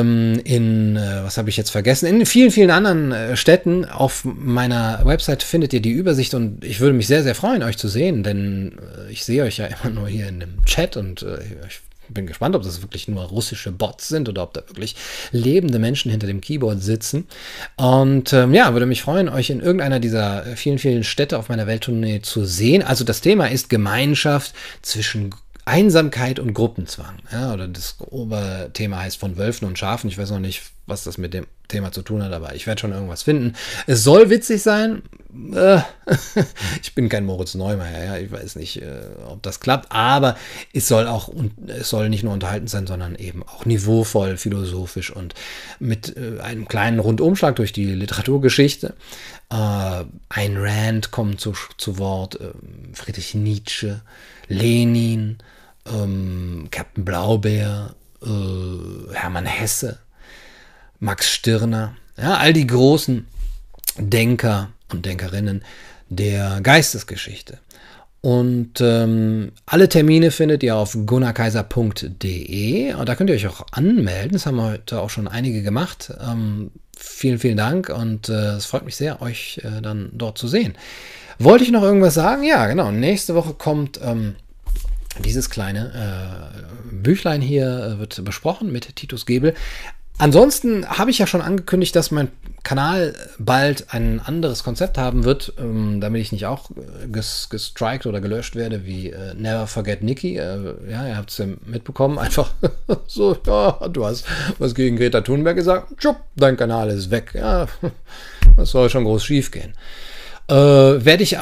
was habe ich jetzt vergessen? In vielen, vielen anderen Städten auf meiner Website findet ihr die Übersicht und ich würde mich sehr, sehr freuen, euch zu sehen, denn ich sehe euch ja immer nur hier in dem Chat und ich bin gespannt, ob das wirklich nur russische Bots sind oder ob da wirklich lebende Menschen hinter dem Keyboard sitzen. Und ja, würde mich freuen, euch in irgendeiner dieser vielen, vielen Städte auf meiner Welttournee zu sehen. Also das Thema ist Gemeinschaft zwischen Einsamkeit und Gruppenzwang. Ja, oder das Oberthema heißt von Wölfen und Schafen. Ich weiß noch nicht, was das mit dem Thema zu tun hat, aber ich werde schon irgendwas finden. Es soll witzig sein. Ich bin kein Moritz Neumeier, ja, ich weiß nicht, ob das klappt, aber es soll nicht nur unterhaltend sein, sondern eben auch niveauvoll, philosophisch und mit einem kleinen Rundumschlag durch die Literaturgeschichte. Ayn Rand kommt zu Wort, Friedrich Nietzsche, Lenin, Captain Blaubeer, Hermann Hesse, Max Stirner, ja, all die großen Denker und Denkerinnen der Geistesgeschichte. Und alle Termine findet ihr auf gunnarkaiser.de und da könnt ihr euch auch anmelden. Das haben heute auch schon einige gemacht. Vielen, vielen Dank und es freut mich sehr, euch dann dort zu sehen. Wollte ich noch irgendwas sagen? Ja, genau. Nächste Woche kommt dieses kleine Büchlein hier, wird besprochen mit Titus Gebel. Ansonsten habe ich ja schon angekündigt, dass mein Kanal bald ein anderes Konzept haben wird, damit ich nicht auch gestrikt oder gelöscht werde wie Never Forget Nikki. Ja, ihr habt es ja mitbekommen. Einfach so, ja, du hast was gegen Greta Thunberg gesagt. Tschupp, dein Kanal ist weg. Ja, das soll schon groß schief gehen. Werde ich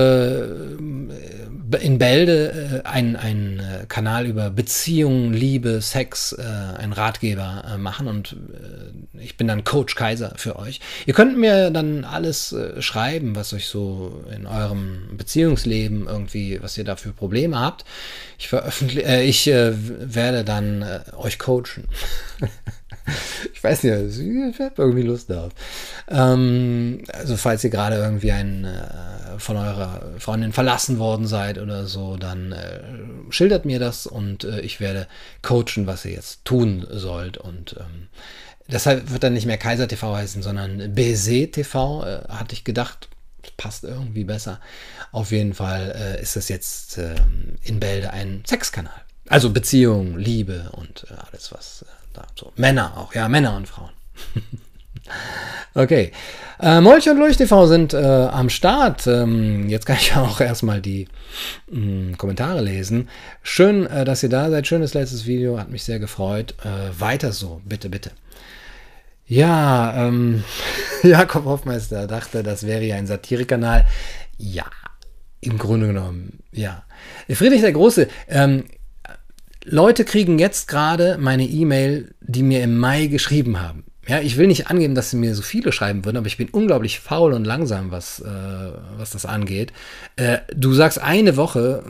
in Bälde einen Kanal über Beziehungen, Liebe, Sex, einen Ratgeber machen und ich bin dann Coach Kaiser für euch. Ihr könnt mir dann alles schreiben, was euch so in eurem Beziehungsleben irgendwie, was ihr da für Probleme habt. Ich werde dann euch coachen. Ich weiß nicht, ich habe irgendwie Lust darauf. Also falls ihr gerade irgendwie von eurer Freundin verlassen worden seid oder so, dann schildert mir das und ich werde coachen, was ihr jetzt tun sollt. Und deshalb wird dann nicht mehr Kaiser TV heißen, sondern BZ TV, hatte ich gedacht. Passt irgendwie besser. Auf jeden Fall ist das jetzt in Bälde ein Sexkanal. Also Beziehung, Liebe und alles, was so. Männer auch, ja, Männer und Frauen. Okay. Molch und Lurch TV sind am Start. Jetzt kann ich auch erstmal die Kommentare lesen. Schön, dass ihr da seid. Schönes letztes Video, hat mich sehr gefreut. Weiter so, bitte, bitte. Ja, Jakob Hoffmeister dachte, das wäre ja ein Satirekanal. Ja, im Grunde genommen, ja. Friedrich der Große, Leute kriegen jetzt gerade meine E-Mail, die mir im Mai geschrieben haben. Ja, ich will nicht angeben, dass sie mir so viele schreiben würden, aber ich bin unglaublich faul und langsam, was das angeht. Du sagst eine Woche,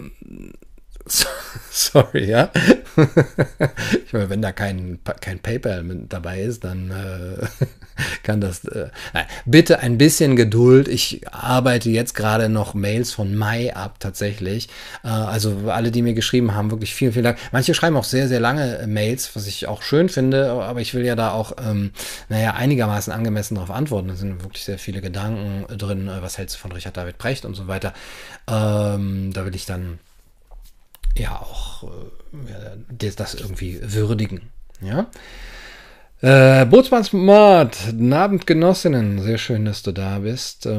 sorry, ja. Ich meine, wenn da kein PayPal mit dabei ist, dann kann das. Nein, bitte ein bisschen Geduld. Ich arbeite jetzt gerade noch Mails von Mai ab, tatsächlich. Also alle, die mir geschrieben haben, wirklich vielen, vielen Dank. Manche schreiben auch sehr, sehr lange Mails, was ich auch schön finde, aber ich will ja da auch, einigermaßen angemessen darauf antworten. Da sind wirklich sehr viele Gedanken drin. Was hältst du von Richard David Precht und so weiter? Da will ich dann ja auch das irgendwie würdigen. Ja. Bootsmannsmord, guten Abend, Genossinnen. Sehr schön, dass du da bist.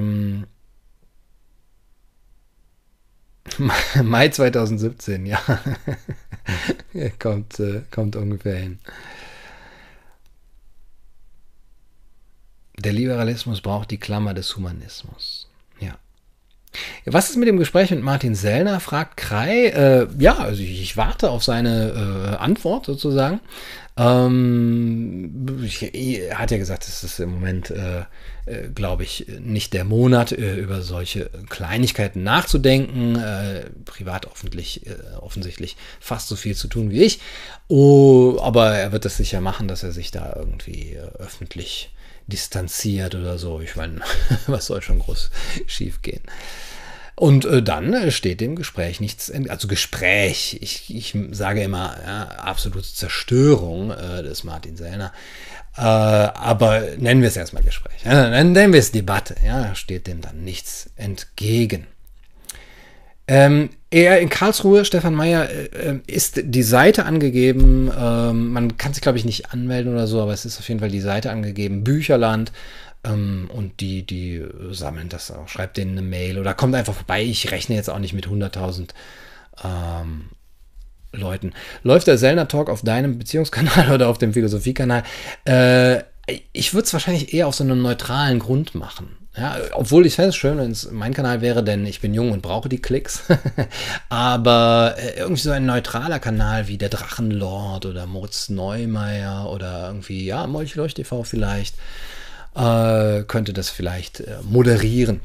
Mai 2017, ja. kommt ungefähr hin. Der Liberalismus braucht die Klammer des Humanismus. Ja. Was ist mit dem Gespräch mit Martin Sellner, fragt Krei. Ja, also ich warte auf seine Antwort sozusagen. Er hat ja gesagt, es ist im Moment, glaube ich, nicht der Monat, über solche Kleinigkeiten nachzudenken. Privat offensichtlich fast so viel zu tun wie ich. Aber er wird das sicher machen, dass er sich da irgendwie öffentlich distanziert oder so. Ich meine, was soll schon groß schief gehen? Und dann steht dem Gespräch nichts, also Gespräch, ich sage immer, ja, absolute Zerstörung des Martin Sellner, aber nennen wir es erstmal Gespräch, ja, nennen wir es Debatte, ja, steht dem dann nichts entgegen. Er in Karlsruhe, Stefan Meyer, ist die Seite angegeben, man kann sich, glaube ich, nicht anmelden oder so, aber es ist auf jeden Fall die Seite angegeben, Bücherland. Und die sammeln das auch, schreibt denen eine Mail oder kommt einfach vorbei. Ich rechne jetzt auch nicht mit 100.000 Leuten. Läuft der Sellner Talk auf deinem Beziehungskanal oder auf dem Philosophiekanal? Ich würde es wahrscheinlich eher auf so einem neutralen Grund machen. Ja, obwohl ich fände es schön, wenn es mein Kanal wäre, denn ich bin jung und brauche die Klicks. Aber irgendwie so ein neutraler Kanal wie der Drachenlord oder Moritz Neumeier oder irgendwie, ja, Molch Lurch TV vielleicht. Könnte das vielleicht moderieren.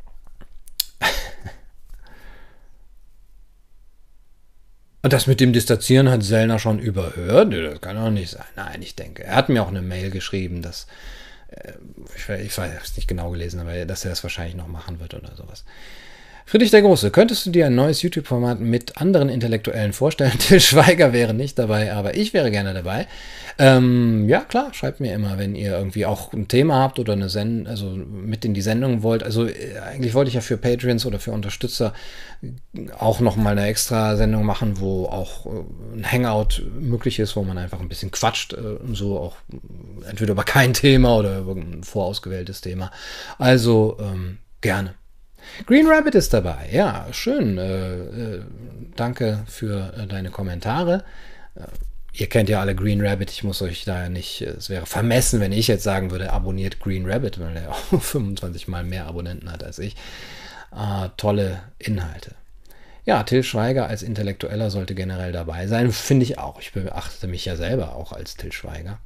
Und das mit dem Distanzieren hat Sellner schon überhört? Das kann doch nicht sein. Nein, ich denke. Er hat mir auch eine Mail geschrieben, dass ich habe es nicht genau gelesen, aber dass er das wahrscheinlich noch machen wird oder sowas. Friedrich der Große, könntest du dir ein neues YouTube-Format mit anderen Intellektuellen vorstellen? Til Schweiger wäre nicht dabei, aber ich wäre gerne dabei. Ja, klar, schreibt mir immer, wenn ihr irgendwie auch ein Thema habt oder eine also mit in die Sendung wollt. Also eigentlich wollte ich ja für Patreons oder für Unterstützer auch nochmal eine extra Sendung machen, wo auch ein Hangout möglich ist, wo man einfach ein bisschen quatscht, so auch entweder über kein Thema oder über ein vorausgewähltes Thema. Also gerne. Green Rabbit ist dabei. Ja, schön. Danke für deine Kommentare. Ihr kennt ja alle Green Rabbit. Ich muss euch da nicht, es wäre vermessen, wenn ich jetzt sagen würde, abonniert Green Rabbit, weil er auch 25 Mal mehr Abonnenten hat als ich. Tolle Inhalte. Ja, Til Schweiger als Intellektueller sollte generell dabei sein. Finde ich auch. Ich beachte mich ja selber auch als Til Schweiger.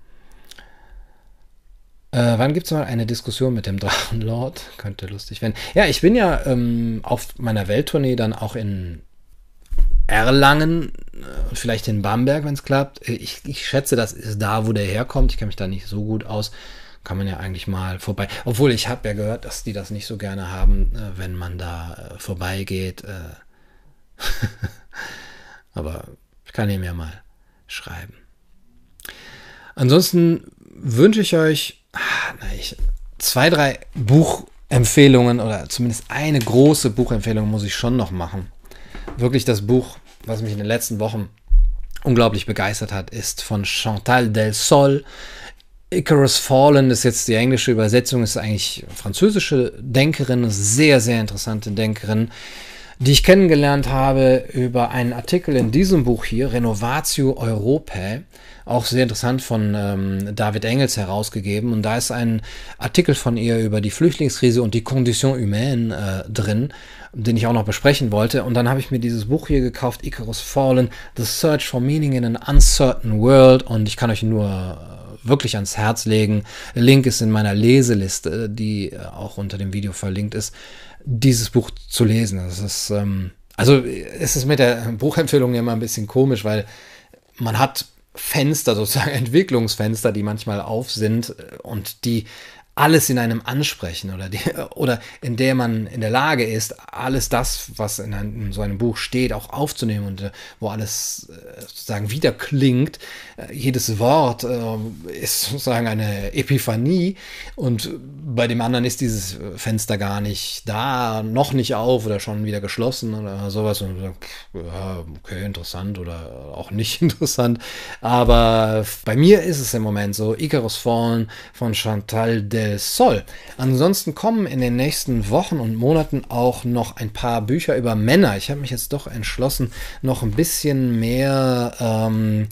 Wann gibt es mal eine Diskussion mit dem Drachenlord? Könnte lustig werden. Ja, ich bin ja auf meiner Welttournee dann auch in Erlangen, vielleicht in Bamberg, wenn es klappt. Ich schätze, das ist da, wo der herkommt. Ich kenne mich da nicht so gut aus. Kann man ja eigentlich mal vorbei. Obwohl, ich habe ja gehört, dass die das nicht so gerne haben, wenn man da vorbeigeht. Aber ich kann ihm ja mal schreiben. Ansonsten wünsche ich euch 2, 3 Buchempfehlungen oder zumindest eine große Buchempfehlung muss ich schon noch machen. Wirklich das Buch, was mich in den letzten Wochen unglaublich begeistert hat, ist von Chantal Delsol. Icarus Fallen ist jetzt die englische Übersetzung, ist eigentlich französische Denkerin, sehr, sehr interessante Denkerin, die ich kennengelernt habe über einen Artikel in diesem Buch hier, Renovatio Europae, auch sehr interessant von David Engels herausgegeben. Und da ist ein Artikel von ihr über die Flüchtlingskrise und die Condition humaine drin, den ich auch noch besprechen wollte. Und dann habe ich mir dieses Buch hier gekauft, Icarus Fallen, The Search for Meaning in an Uncertain World. Und ich kann euch nur wirklich ans Herz legen. Link ist in meiner Leseliste, die auch unter dem Video verlinkt ist, dieses Buch zu lesen. Das ist, es ist mit der Buchempfehlung ja immer ein bisschen komisch, weil man hat Fenster, sozusagen Entwicklungsfenster, die manchmal auf sind und die alles in einem ansprechen oder in der man in der Lage ist, alles das, was in so einem Buch steht, auch aufzunehmen und wo alles sozusagen wieder klingt. Jedes Wort ist sozusagen eine Epiphanie und bei dem anderen ist dieses Fenster gar nicht da, noch nicht auf oder schon wieder geschlossen oder sowas und sagt, ja, okay, interessant oder auch nicht interessant. Aber bei mir ist es im Moment so, Icarus Fallen von Chantal Del Sol. Ansonsten kommen in den nächsten Wochen und Monaten auch noch ein paar Bücher über Männer. Ich habe mich jetzt doch entschlossen, noch ein bisschen mehr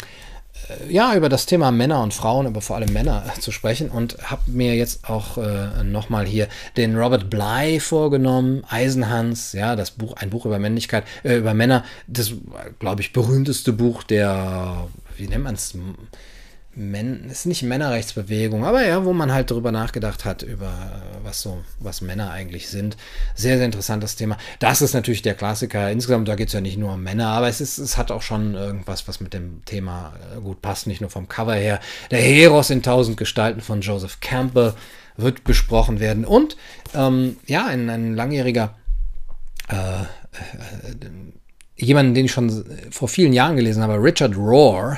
über das Thema Männer und Frauen, aber vor allem Männer zu sprechen und habe mir jetzt auch nochmal hier den Robert Bly vorgenommen, Eisenhans, ja, das Buch, ein Buch über Männlichkeit, über Männer, das, glaube ich, berühmteste Buch der, wie nennt man es, ist nicht Männerrechtsbewegung, aber ja, wo man halt darüber nachgedacht hat, über was Männer eigentlich sind. Sehr, sehr interessantes Thema. Das ist natürlich der Klassiker. Insgesamt, da geht es ja nicht nur um Männer, aber es hat auch schon irgendwas, was mit dem Thema gut passt, nicht nur vom Cover her. Der Heros in 1000 Gestalten von Joseph Campbell wird besprochen werden. Und ein langjähriger jemanden, den ich schon vor vielen Jahren gelesen habe, Richard Rohr,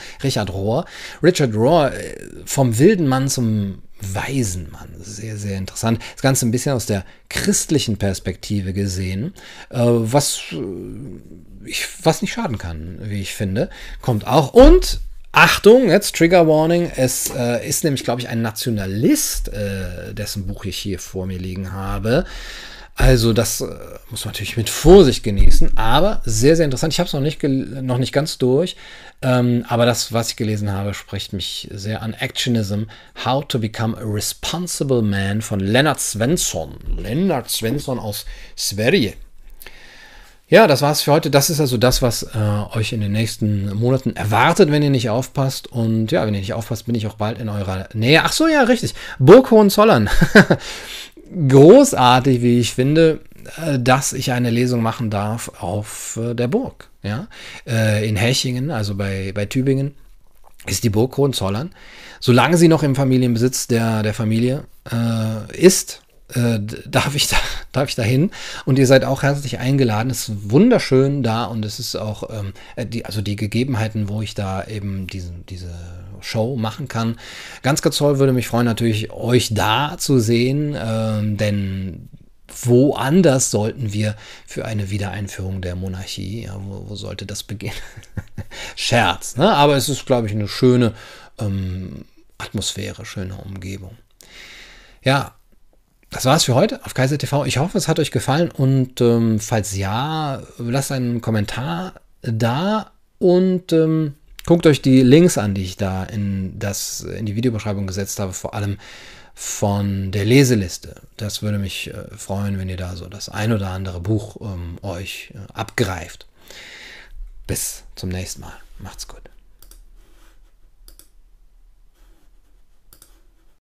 vom wilden Mann zum weisen Mann. Sehr, sehr interessant. Das Ganze ein bisschen aus der christlichen Perspektive gesehen, was nicht schaden kann, wie ich finde. Kommt auch. Und Achtung, jetzt Trigger Warning, es ist nämlich, glaube ich, ein Nationalist, dessen Buch ich hier vor mir liegen habe. Also das muss man natürlich mit Vorsicht genießen, aber sehr, sehr interessant. Ich habe es noch nicht ganz durch, aber das, was ich gelesen habe, spricht mich sehr an. Actionism, How to Become a Responsible Man von Lennart Svensson. Lennart Svensson aus Sverige. Ja, das war's für heute. Das ist also das, was euch in den nächsten Monaten erwartet, wenn ihr nicht aufpasst. Und ja, wenn ihr nicht aufpasst, bin ich auch bald in eurer Nähe. Ach so, ja, richtig. Burg Hohenzollern. Großartig, wie ich finde, dass ich eine Lesung machen darf auf der Burg. Ja? In Hechingen, also bei Tübingen, ist die Burg Hohenzollern. Solange sie noch im Familienbesitz der Familie ist, darf ich dahin. Und ihr seid auch herzlich eingeladen. Es ist wunderschön da und es ist auch die Gegebenheiten, wo ich da eben diese Show machen kann. Ganz, ganz toll, würde mich freuen, natürlich euch da zu sehen, denn woanders sollten wir für eine Wiedereinführung der Monarchie, ja, wo sollte das beginnen? Scherz, ne? Aber es ist, glaube ich, eine schöne Atmosphäre, schöne Umgebung. Ja, das war's für heute auf Kaiser TV. Ich hoffe, es hat euch gefallen und falls ja, lasst einen Kommentar da und guckt euch die Links an, die ich da in die Videobeschreibung gesetzt habe, vor allem von der Leseliste. Das würde mich freuen, wenn ihr da so das ein oder andere Buch euch abgreift. Bis zum nächsten Mal. Macht's gut.